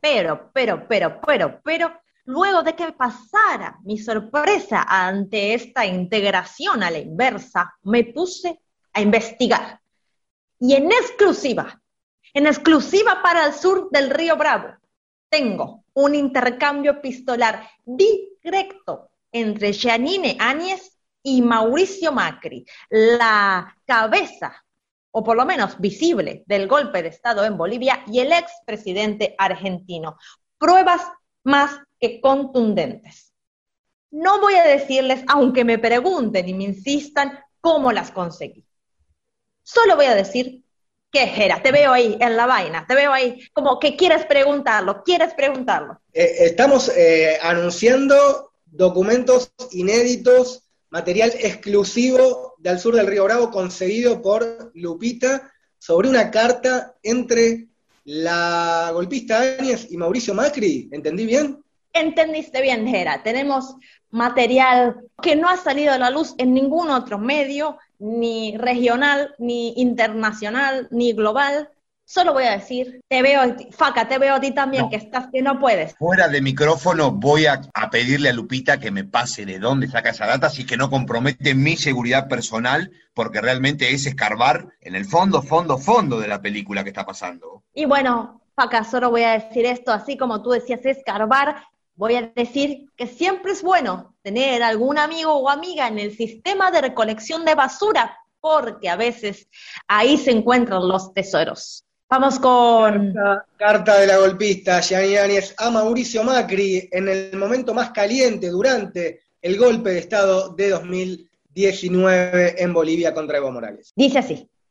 luego de que pasara mi sorpresa ante esta integración a la inversa, me puse a investigar. Y en exclusiva para el sur del Río Bravo, tengo un intercambio epistolar directo entre Jeanine Áñez y Mauricio Macri, la cabeza, o por lo menos visible, del golpe de Estado en Bolivia, y el expresidente argentino. Pruebas más que contundentes. No voy a decirles, aunque me pregunten y me insistan, cómo las conseguí. Solo voy a decir que, Jera, te veo ahí en la vaina, te veo ahí como que quieres preguntarlo. Estamos anunciando documentos inéditos, material exclusivo de Al Sur del Río Bravo, conseguido por Lupita, sobre una carta entre la golpista Áñez y Mauricio Macri. ¿Entendí bien? Entendiste bien, Jera. Tenemos material que no ha salido a la luz en ningún otro medio, ni regional, ni internacional, ni global. Solo voy a decir, te veo a ti también, que no puedes. Fuera de micrófono voy a pedirle a Lupita que me pase de dónde saca esa data, así que no compromete mi seguridad personal, porque realmente es escarbar en el fondo de la película que está pasando. Y bueno, Faca, solo voy a decir esto, así como tú decías escarbar, voy a decir que siempre es bueno tener algún amigo o amiga en el sistema de recolección de basura, porque a veces ahí se encuentran los tesoros. Vamos con... Carta de la golpista Jeanine Áñez a Mauricio Macri en el momento más caliente durante el golpe de Estado de 2019 en Bolivia contra Evo Morales. Dice así: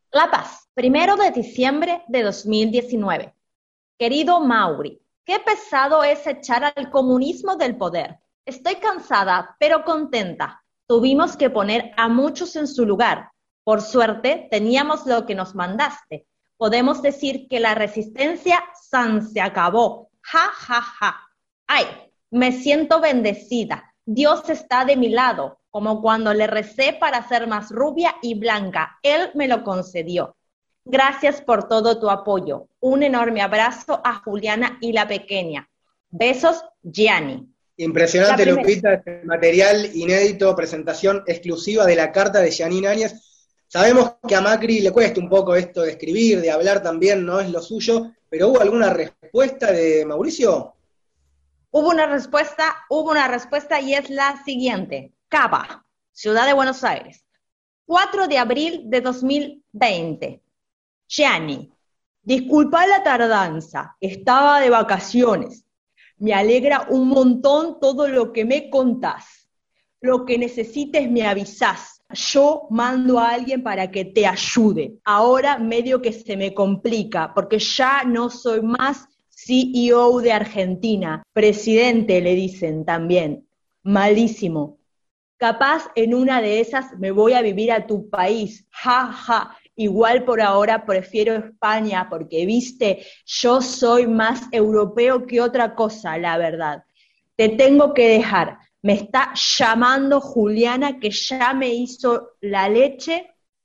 La Paz, 1 de diciembre de 2019. Querido Mauri, qué pesado es echar al comunismo del poder. Estoy cansada, pero contenta. Tuvimos que poner a muchos en su lugar. Por suerte, teníamos lo que nos mandaste. Podemos decir que la resistencia se acabó. Ja, ja, ja. Ay, me siento bendecida. Dios está de mi lado, como cuando le recé para ser más rubia y blanca. Él me lo concedió. Gracias por todo tu apoyo. Un enorme abrazo a Juliana y la pequeña. Besos, Gianni. Impresionante, Lupita, este material inédito, presentación exclusiva de la carta de Gianni Áñez. Sabemos que a Macri le cuesta un poco esto de escribir, de hablar también, no es lo suyo, pero ¿hubo alguna respuesta de Mauricio? Hubo una respuesta y es la siguiente. Cava, Ciudad de Buenos Aires, 4 de abril de 2020. Gianni, disculpa la tardanza, estaba de vacaciones. Me alegra un montón todo lo que me contás. Lo que necesites me avisás. Yo mando a alguien para que te ayude. Ahora medio que se me complica, porque ya no soy más CEO de Argentina. Presidente, le dicen también. Malísimo. Capaz en una de esas me voy a vivir a tu país. Ja, ja. Igual por ahora prefiero España, porque, viste, yo soy más europeo que otra cosa, la verdad. Te tengo que dejar. Me está llamando Juliana, que ya me hizo la leche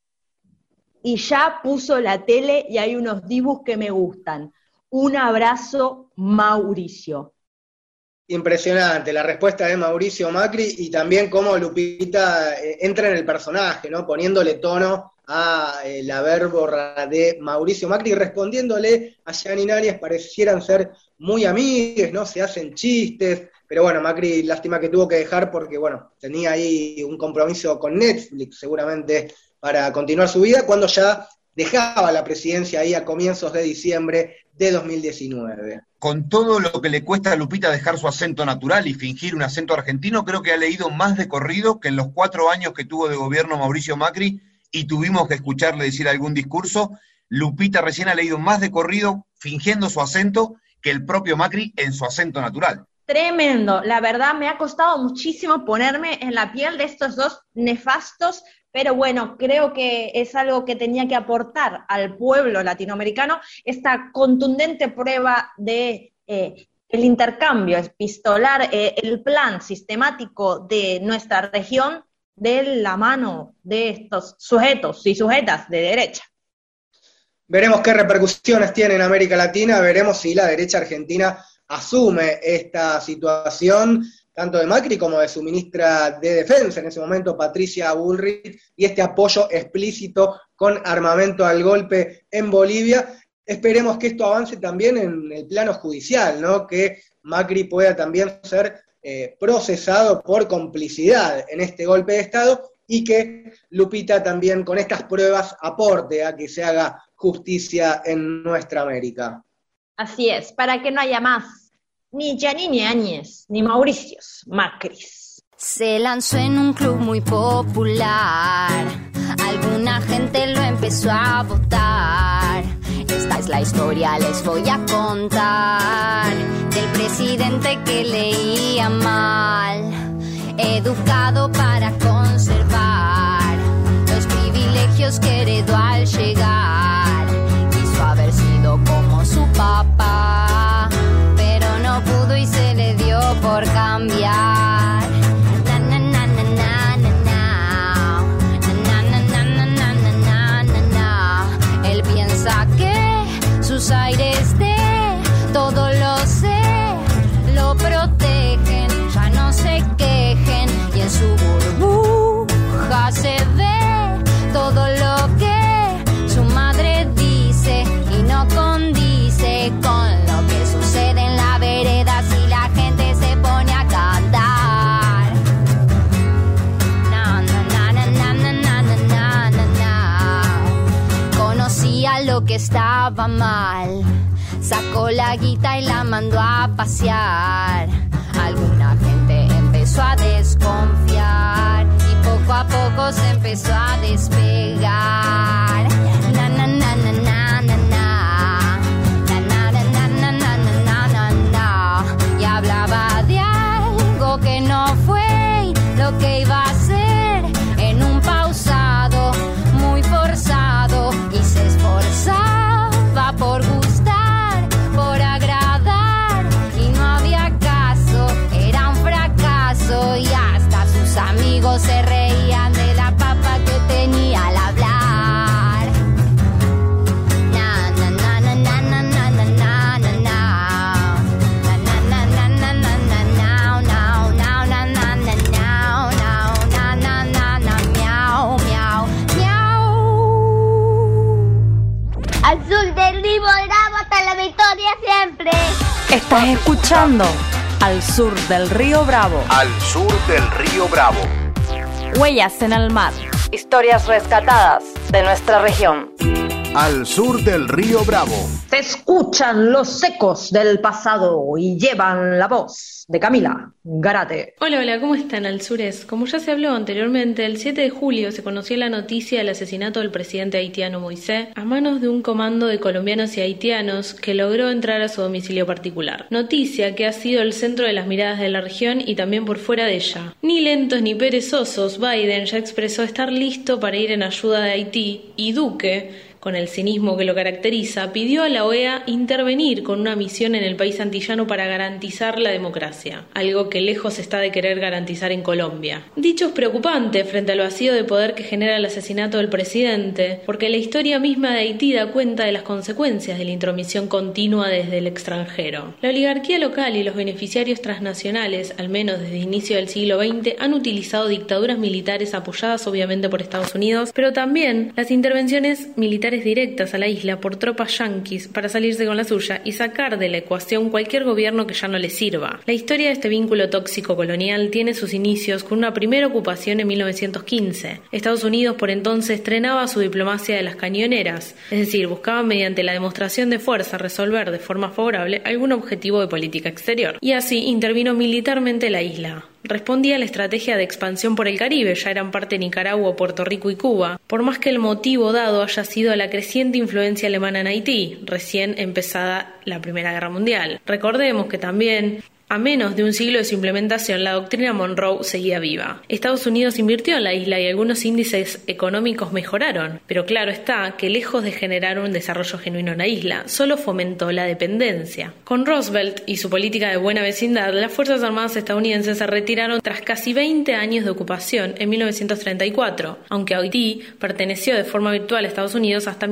y ya puso la tele y hay unos dibujos que me gustan. Un abrazo, Mauricio. Impresionante la respuesta de Mauricio Macri y también cómo Lupita entra en el personaje, ¿no? Poniéndole tono a la verborra de Mauricio Macri y respondiéndole a Gianni Áñez. Parecieran ser muy amigues, ¿no? Se hacen chistes, pero bueno, Macri lástima que tuvo que dejar porque, bueno, tenía ahí un compromiso con Netflix seguramente para continuar su vida, cuando ya dejaba la presidencia ahí a comienzos de diciembre de 2019. Con todo lo que le cuesta a Lupita dejar su acento natural y fingir un acento argentino, creo que ha leído más de corrido que en los 4 años que tuvo de gobierno Mauricio Macri y tuvimos que escucharle decir algún discurso. Lupita recién ha leído más de corrido fingiendo su acento que el propio Macri en su acento natural. Tremendo, la verdad me ha costado muchísimo ponerme en la piel de estos dos nefastos, pero bueno, creo que es algo que tenía que aportar al pueblo latinoamericano, esta contundente prueba de el intercambio epistolar, el plan sistemático de nuestra región de la mano de estos sujetos y sujetas de derecha. Veremos qué repercusiones tiene en América Latina, veremos si la derecha argentina asume esta situación, tanto de Macri como de su ministra de Defensa, en ese momento Patricia Bullrich, y este apoyo explícito con armamento al golpe en Bolivia. Esperemos que esto avance también en el plano judicial, ¿no? Que Macri pueda también ser procesado por complicidad en este golpe de Estado y que Lupita también con estas pruebas aporte a que se haga justicia en nuestra América. Así es, para que no haya más ni Gianni Áñez, ni Mauricios Macris. Se lanzó en un club muy popular, alguna gente lo empezó a votar. Esta es la historia, les voy a contar, del presidente que leía mal, educado para conservar los privilegios que heredó al llegar. Quiso haber sido como su papá, pero no pudo y se le dio por cambiar. Él piensa que sus aires de todo lo sé, lo protegen, ya no se quejen, y en su burbuja se ve todo lo que su madre dice y no condice con lo que sucede en la vereda si la gente se pone a cantar. Na, na, na, na, na, na, na, na, na, na. Conocía lo que estaba mal, sacó la guita y la mandó a pasear. Alguna gente empezó a desconfiar y poco a poco se empezó a despegar. Na, Estás escuchando Al Sur del Río Bravo. Al Sur del Río Bravo. Huellas en el mar. Historias rescatadas de nuestra región. Al Sur del Río Bravo. Se escuchan los ecos del pasado y llevan la voz de Camila Garate. Hola, ¿cómo están, Alsures? Como ya se habló anteriormente, el 7 de julio se conoció la noticia del asesinato del presidente haitiano Moisés a manos de un comando de colombianos y haitianos que logró entrar a su domicilio particular. Noticia que ha sido el centro de las miradas de la región y también por fuera de ella. Ni lentos ni perezosos, Biden ya expresó estar listo para ir en ayuda de Haití y Duque, con el cinismo que lo caracteriza, pidió a la OEA intervenir con una misión en el país antillano para garantizar la democracia, algo que lejos está de querer garantizar en Colombia. Dicho es preocupante frente al vacío de poder que genera el asesinato del presidente, porque la historia misma de Haití da cuenta de las consecuencias de la intromisión continua desde el extranjero. La oligarquía local y los beneficiarios transnacionales, al menos desde el inicio del siglo XX, han utilizado dictaduras militares apoyadas obviamente por Estados Unidos, pero también las intervenciones militares directas a la isla por tropas yanquis para salirse con la suya y sacar de la ecuación cualquier gobierno que ya no le sirva. La historia de este vínculo tóxico colonial tiene sus inicios con una primera ocupación en 1915. Estados Unidos por entonces estrenaba su diplomacia de las cañoneras, es decir, buscaba mediante la demostración de fuerza resolver de forma favorable algún objetivo de política exterior. Y así intervino militarmente la isla. Respondía a la estrategia de expansión por el Caribe, ya eran parte de Nicaragua, Puerto Rico y Cuba, por más que el motivo dado haya sido la creciente influencia alemana en Haití, recién empezada la Primera Guerra Mundial. Recordemos que también, a menos de un siglo de su implementación, la doctrina Monroe seguía viva. Estados Unidos invirtió en la isla y algunos índices económicos mejoraron, pero claro está que lejos de generar un desarrollo genuino en la isla, solo fomentó la dependencia. Con Roosevelt y su política de buena vecindad, las Fuerzas Armadas estadounidenses se retiraron tras casi 20 años de ocupación en 1934, aunque Haití perteneció de forma virtual a Estados Unidos hasta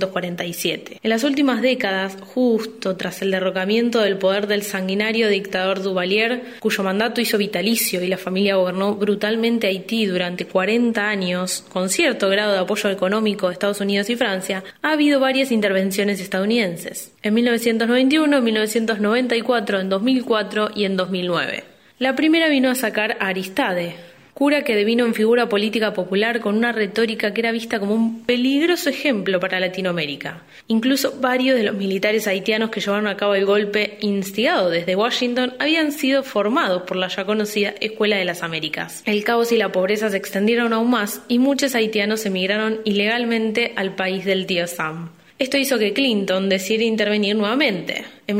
1947. En las últimas décadas, justo tras el derrocamiento del poder del sanguinario dictador Duvalier, cuyo mandato hizo vitalicio y la familia gobernó brutalmente Haití durante 40 años, con cierto grado de apoyo económico de Estados Unidos y Francia, ha habido varias intervenciones estadounidenses. En 1991, en 1994, en 2004 y en 2009. La primera vino a sacar a Aristide, cura que devino en figura política popular con una retórica que era vista como un peligroso ejemplo para Latinoamérica. Incluso varios de los militares haitianos que llevaron a cabo el golpe instigado desde Washington habían sido formados por la ya conocida Escuela de las Américas. El caos y la pobreza se extendieron aún más y muchos haitianos emigraron ilegalmente al país del tío Sam. Esto hizo que Clinton decidiera intervenir nuevamente. En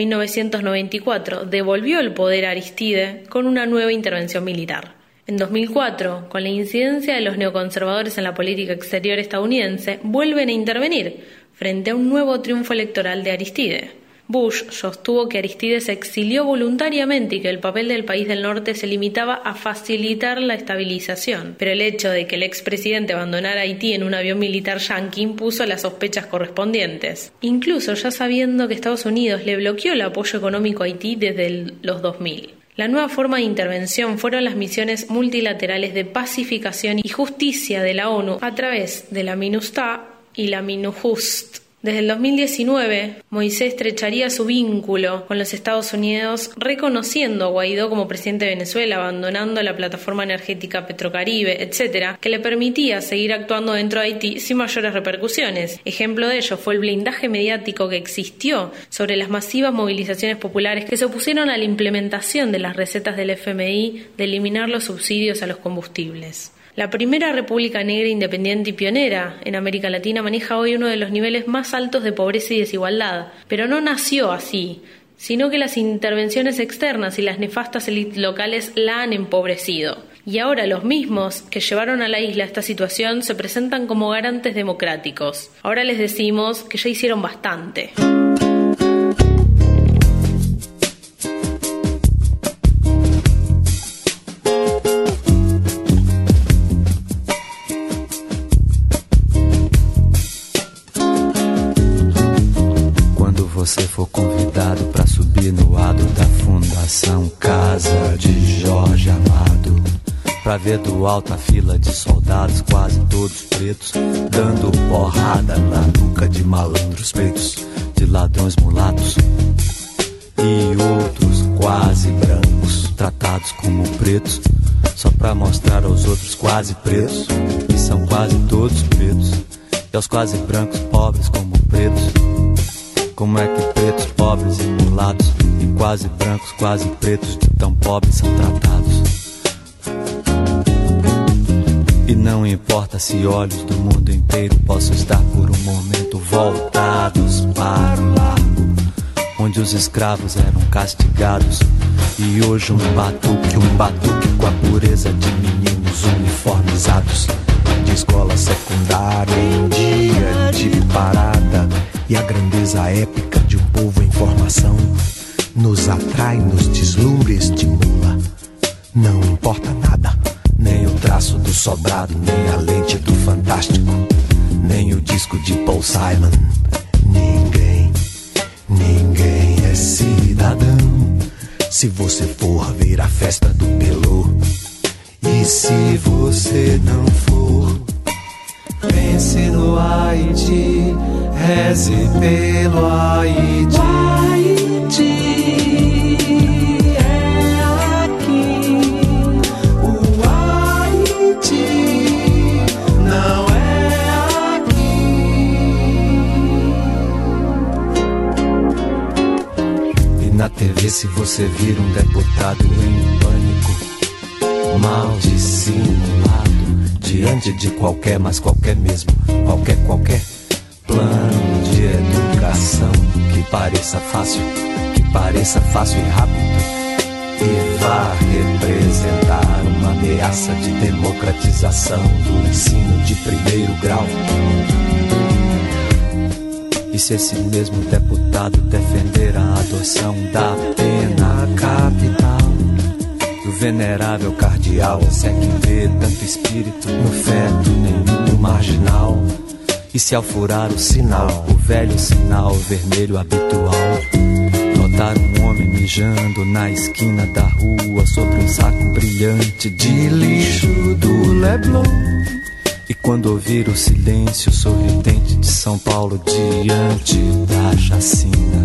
1994 devolvió el poder a Aristide con una nueva intervención militar. En 2004, con la incidencia de los neoconservadores en la política exterior estadounidense, vuelven a intervenir frente a un nuevo triunfo electoral de Aristide. Bush sostuvo que Aristide se exilió voluntariamente y que el papel del país del norte se limitaba a facilitar la estabilización, pero el hecho de que el expresidente abandonara Haití en un avión militar yanqui impuso las sospechas correspondientes, incluso ya sabiendo que Estados Unidos le bloqueó el apoyo económico a Haití desde los 2000. La nueva forma de intervención fueron las misiones multilaterales de pacificación y justicia de la ONU a través de la MINUSTAH y la MINUJUST. Desde el 2019, Moisés estrecharía su vínculo con los Estados Unidos, reconociendo a Guaidó como presidente de Venezuela, abandonando la plataforma energética Petrocaribe, etc., que le permitía seguir actuando dentro de Haití sin mayores repercusiones. Ejemplo de ello fue el blindaje mediático que existió sobre las masivas movilizaciones populares que se opusieron a la implementación de las recetas del FMI de eliminar los subsidios a los combustibles. La primera república negra independiente y pionera en América Latina maneja hoy uno de los niveles más altos de pobreza y desigualdad, pero no nació así, sino que las intervenciones externas y las nefastas élites locales la han empobrecido. Y ahora los mismos que llevaron a la isla a esta situación se presentan como garantes democráticos. Ahora les decimos que ya hicieron bastante. Você for convidado para subir no adro da Fundação Casa de Jorge Amado, pra ver do alto a fila de soldados, quase todos pretos, dando porrada na nuca de malandros peitos, de ladrões mulatos, e outros quase brancos, tratados como pretos, só pra mostrar aos outros quase pretos, que são quase todos pretos, e aos quase brancos pobres como pretos. Como é que pretos, pobres e mulatos, e quase brancos, quase pretos, de tão pobres são tratados? E não importa se olhos do mundo inteiro possam estar por um momento voltados para o largo, onde os escravos eram castigados, e hoje um batuque com a pureza de meninos uniformizados, de escola secundária em dia de parada, e a grandeza épica de um povo em formação nos atrai, nos deslumbra e estimula. Não importa nada, nem o traço do sobrado, nem a lente do fantástico, nem o disco de Paul Simon. Ninguém é cidadão se você for ver a festa do Pelô. E se você não for, pense no Haiti, reze pelo Haiti. O Haiti é aqui, o Haiti não é aqui. E na TV, se você vir um deputado em pânico, mal dissimulado, diante de qualquer, mas qualquer mesmo, qualquer plano de educação que pareça fácil e rápido, e vá representar uma ameaça de democratização do ensino de primeiro grau. E se esse mesmo deputado defender a adoção da pena capital, o venerável cardeal consegue ver tanto espírito no feto, nenhum no marginal. E se ao furar o sinal, o velho sinal vermelho habitual, notar um homem mijando na esquina da rua sobre um saco brilhante de lixo do Leblon, e quando ouvir o silêncio sorridente de São Paulo diante da chacina,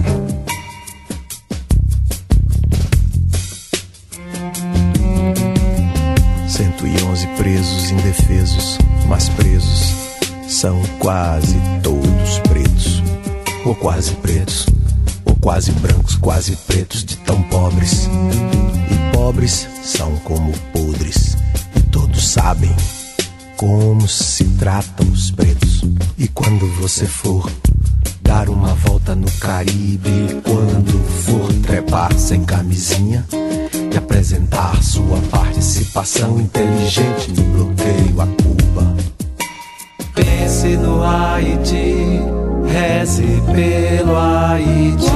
111 presos indefesos, mas presos são quase todos pretos, ou quase pretos, ou quase brancos, quase pretos, de tão pobres. E pobres são como podres, e todos sabem como se tratam os pretos. E quando você for dar uma volta no Caribe, quando for trepar sem camisinha e apresentar sua participação inteligente no bloqueio a Cuba, pense no Haiti, reze pelo Haiti.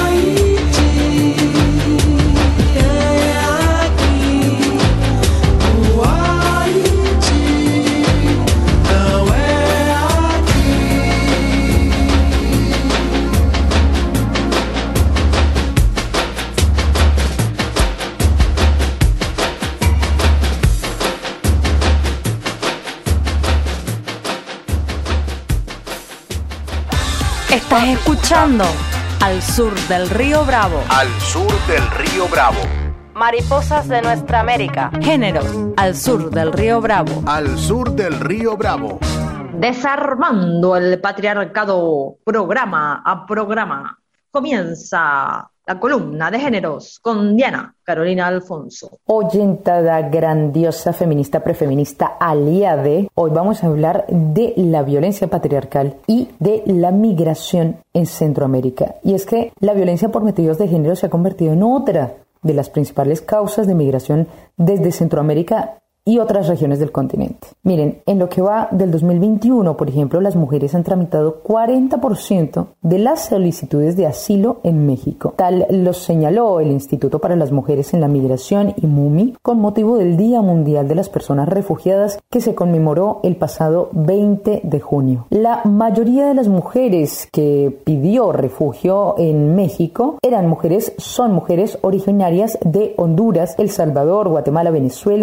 Estás escuchando Al Sur del Río Bravo. Al Sur del Río Bravo. Mariposas de nuestra América. Géneros. Al Sur del Río Bravo. Al Sur del Río Bravo. Desarmando el patriarcado, programa a programa. Comienza la columna de géneros con Diana Carolina Alfonso. Oyentada grandiosa, feminista, prefeminista, aliade. Hoy vamos a hablar de la violencia patriarcal y de la migración en Centroamérica. Y es que la violencia por motivos de género se ha convertido en otra de las principales causas de migración desde Centroamérica y otras regiones del continente. Miren, en lo que va del 2021, por ejemplo, las mujeres han tramitado 40% de las solicitudes de asilo en México. Tal lo señaló el Instituto para las Mujeres en la Migración, IMUMI, con motivo del Día Mundial de las Personas Refugiadas que se conmemoró el pasado 20 de junio. La mayoría de las mujeres que pidió refugio en México son mujeres originarias de Honduras, El Salvador, Guatemala, Venezuela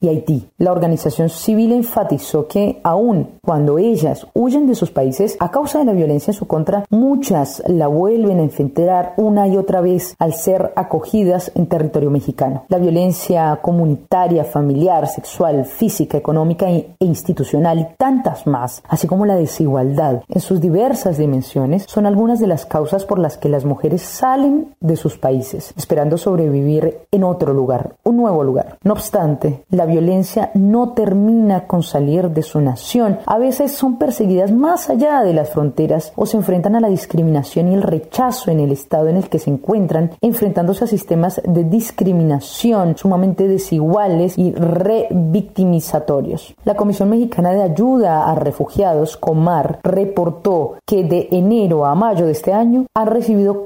y Haití. La organización civil enfatizó que aun cuando ellas huyen de sus países a causa de la violencia en su contra, muchas la vuelven a enfrentar una y otra vez al ser acogidas en territorio mexicano. La violencia comunitaria, familiar, sexual, física, económica e institucional y tantas más, así como la desigualdad en sus diversas dimensiones, son algunas de las causas por las que las mujeres salen de sus países, esperando sobrevivir en otro lugar, un nuevo lugar. No obstante, la violencia no termina con salir de su nación. A veces son perseguidas más allá de las fronteras o se enfrentan a la discriminación y el rechazo en el estado en el que se encuentran, enfrentándose a sistemas de discriminación sumamente desiguales y revictimizatorios. La Comisión Mexicana de Ayuda a Refugiados, Comar, reportó que de enero a mayo de este año han recibido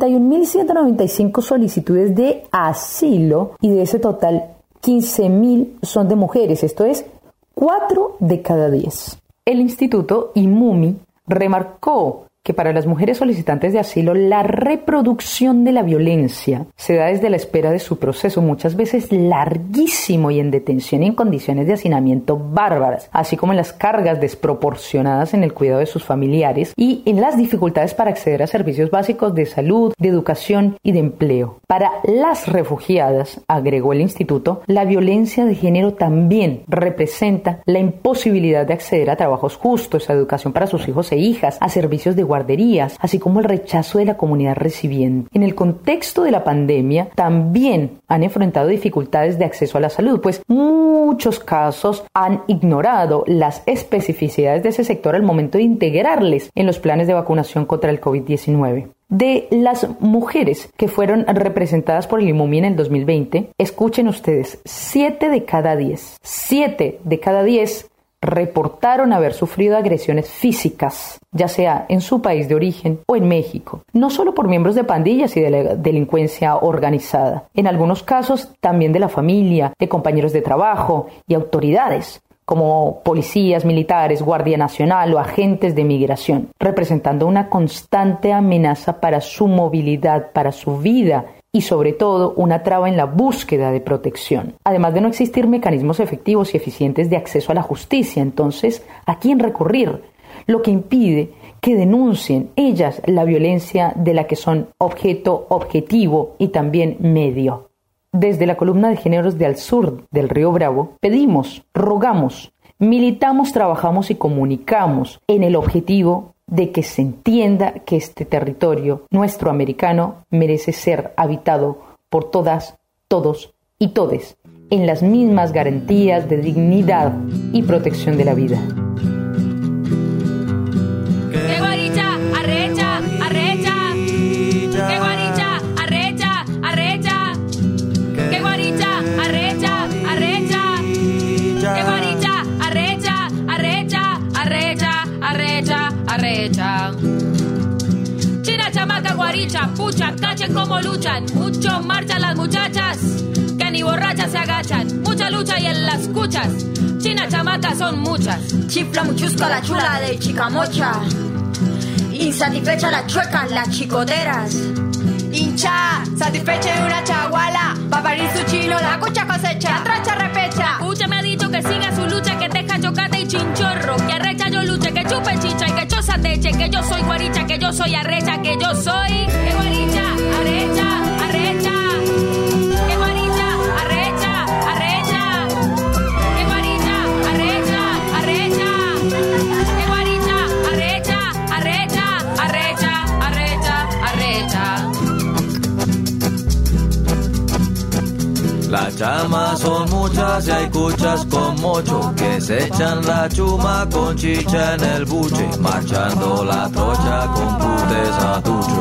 41.195 solicitudes de asilo y de ese total 15.000 son de mujeres, esto es 4 de cada 10. El Instituto IMUMI remarcó que para las mujeres solicitantes de asilo la reproducción de la violencia se da desde la espera de su proceso, muchas veces larguísimo y en detención y en condiciones de hacinamiento bárbaras, así como en las cargas desproporcionadas en el cuidado de sus familiares y en las dificultades para acceder a servicios básicos de salud, de educación y de empleo. Para las refugiadas, agregó el instituto, la violencia de género también representa la imposibilidad de acceder a trabajos justos, a educación para sus hijos e hijas, a servicios de guarderías, así como el rechazo de la comunidad recibiente. En el contexto de la pandemia, también han enfrentado dificultades de acceso a la salud, pues muchos casos han ignorado las especificidades de ese sector al momento de integrarles en los planes de vacunación contra el COVID-19. De las mujeres que fueron representadas por el IMUMI en el 2020, escuchen ustedes, 7 de cada 10 reportaron haber sufrido agresiones físicas, ya sea en su país de origen o en México, no solo por miembros de pandillas y de la delincuencia organizada, en algunos casos también de la familia, de compañeros de trabajo y autoridades, como policías, militares, Guardia Nacional o agentes de migración, representando una constante amenaza para su movilidad, para su vida y sobre todo una traba en la búsqueda de protección. Además de no existir mecanismos efectivos y eficientes de acceso a la justicia, entonces, ¿a quién recurrir? Lo que impide que denuncien ellas la violencia de la que son objeto, objetivo y también medio. Desde la columna de géneros de Al Sur del Río Bravo, pedimos, rogamos, militamos, trabajamos y comunicamos en el objetivo de que se entienda que este territorio nuestro americano merece ser habitado por todas, todos y todes en las mismas garantías de dignidad y protección de la vida. ¡Qué guaricha, arrecha, arrecha! ¡Qué guaricha, arrecha, arrecha! ¡Qué guaricha, arrecha, arrecha! ¡Qué guaricha, arrecha, arrecha, arrecha, arrecha, arrecha! China, chamaca, guaricha, pucha, cachen cómo luchan. Mucho marchan las muchachas, que ni borrachas se agachan. Mucha lucha y en las cuchas, china, chamaca, son muchas. Chifla muchusca la chula de Chicamocha, insatisfecha la chueca, las chicoteras. Hincha, satisfecha de una chaguala, va a parir su chilo, la cucha cosecha, la tracha repecha. Pucha me ha dicho que siga su lucha, que deja chocate y chinchorro, que arrecha yo luche, que chupe chicha y que choza teche, que yo soy guaricha, que yo soy arrecha, que yo soy. Que guaricha, arrecha, arrecha. Que guaricha, arrecha, arrecha. Que guaricha, arrecha, arrecha. Que guaricha, arrecha, arrecha, arrecha, arrecha, arrecha. Las llamas son muchas y hay cuchas con mocho que se echan la chuma con chicha en el buche, marchando la trocha con putes a tuche.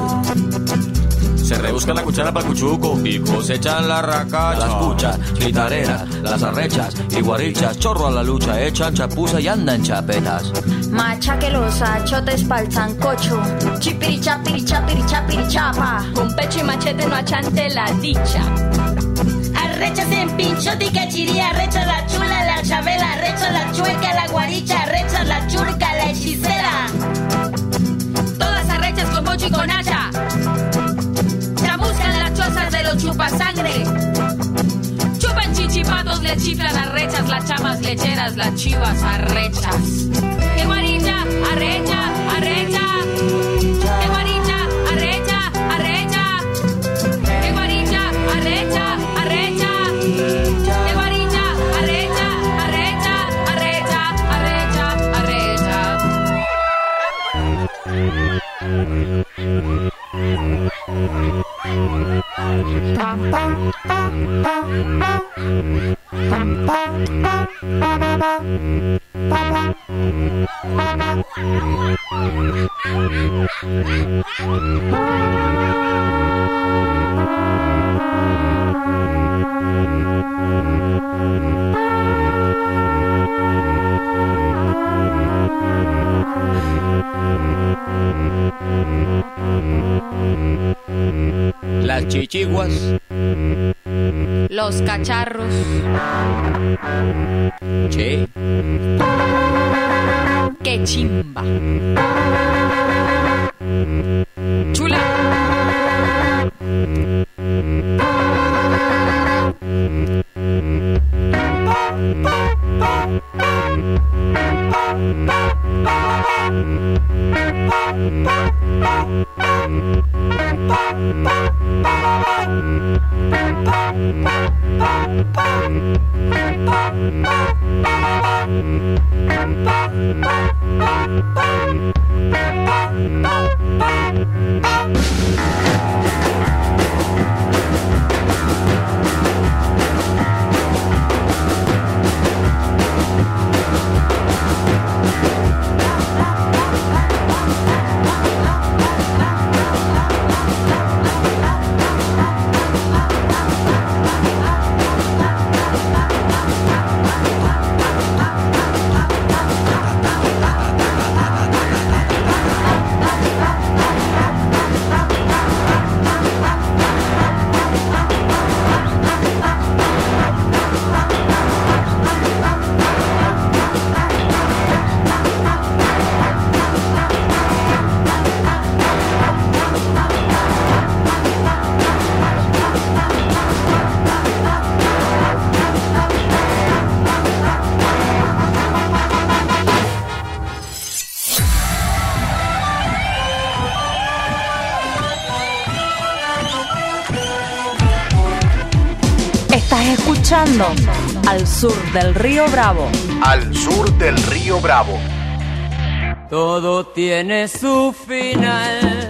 Se rebuscan la cuchara para el cuchuco y cosechan la racacha. Las puchas, guitareras, las arrechas y guarichas, chorro a la lucha, echan chapuza y andan chapetas. Machaque los achotes pa'l sancocho, chapirichapa, con pecho y machete no achante la dicha. Arrechas en pinchote y cachiría, arrecha la chula, la chabela, arrecha la chueca, la guaricha, arrecha la churca, la hechicera. Todas arrechas con mocho y con hacha, chamuscan las chozas de los chupasangre. Chupan chichipatos, les chiflan las chamas lecheras, las chivas arrechas. ¡Qué guaricha, arrecha, arrecha! ¡Qué guaricha, arrecha, arrecha! ¡Qué guaricha, arrecha, arrecha! ¡Qué guaricha, arrecha, arrecha, arrecha, arrecha, Las chichiguas, los cacharros, che, qué chimba, chula, Estás escuchando Al Sur del Río Bravo. Al Sur del Río Bravo. Todo tiene su final.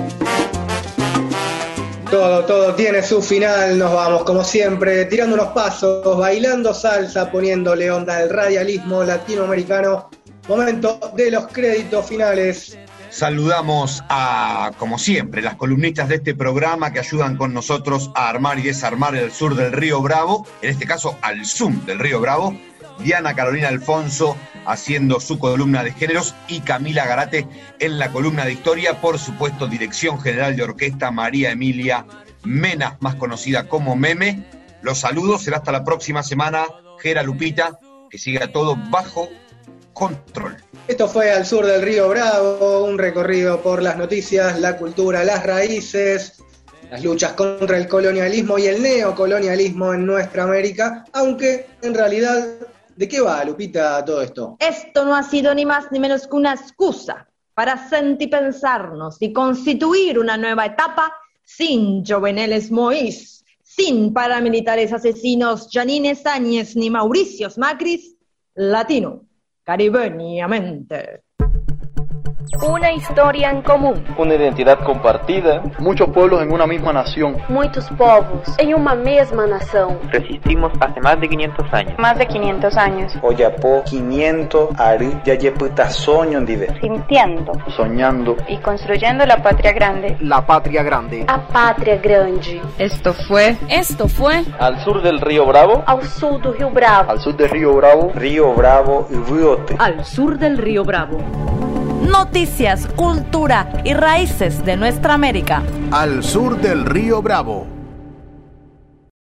Todo tiene su final. Nos vamos como siempre tirando unos pasos, bailando salsa, poniéndole onda al radialismo latinoamericano. Momento de los créditos finales. Saludamos a, como siempre, las columnistas de este programa que ayudan con nosotros a armar y desarmar el sur del Río Bravo, en este caso al Zoom del Río Bravo. Diana Carolina Alfonso haciendo su columna de géneros y Camila Garate en la columna de historia. Por supuesto, dirección general de orquesta María Emilia Mena, más conocida como Meme. Los saludos, será hasta la próxima semana. Gera, Lupita, que siga todo bajo control. Esto fue Al Sur del Río Bravo, un recorrido por las noticias, la cultura, las raíces, las luchas contra el colonialismo y el neocolonialismo en nuestra América, aunque en realidad, ¿de qué va, Lupita, todo esto? Esto no ha sido ni más ni menos que una excusa para sentipensarnos y constituir una nueva etapa sin Joveneles Moïse, sin paramilitares asesinos Janines Áñez ni Mauricios Macris, latino. Caribeñamente. Una historia en común. Una identidad compartida. Muchos pueblos en una misma nación. Muitos povos em uma mesma nação. Resistimos hace más de 500 años. Más de 500 años. Oyapo 500 ari yayeputa soño ndive. Sintiendo. Soñando. Y construyendo la patria grande. La patria grande. A pátria grande. Esto fue Al Sur del Río Bravo. Ao sul do Rio Bravo. Al sur del Río Bravo. Río Bravo y Riote. Al Sur del Río Bravo. Noticias, cultura y raíces de nuestra América. Al Sur del Río Bravo.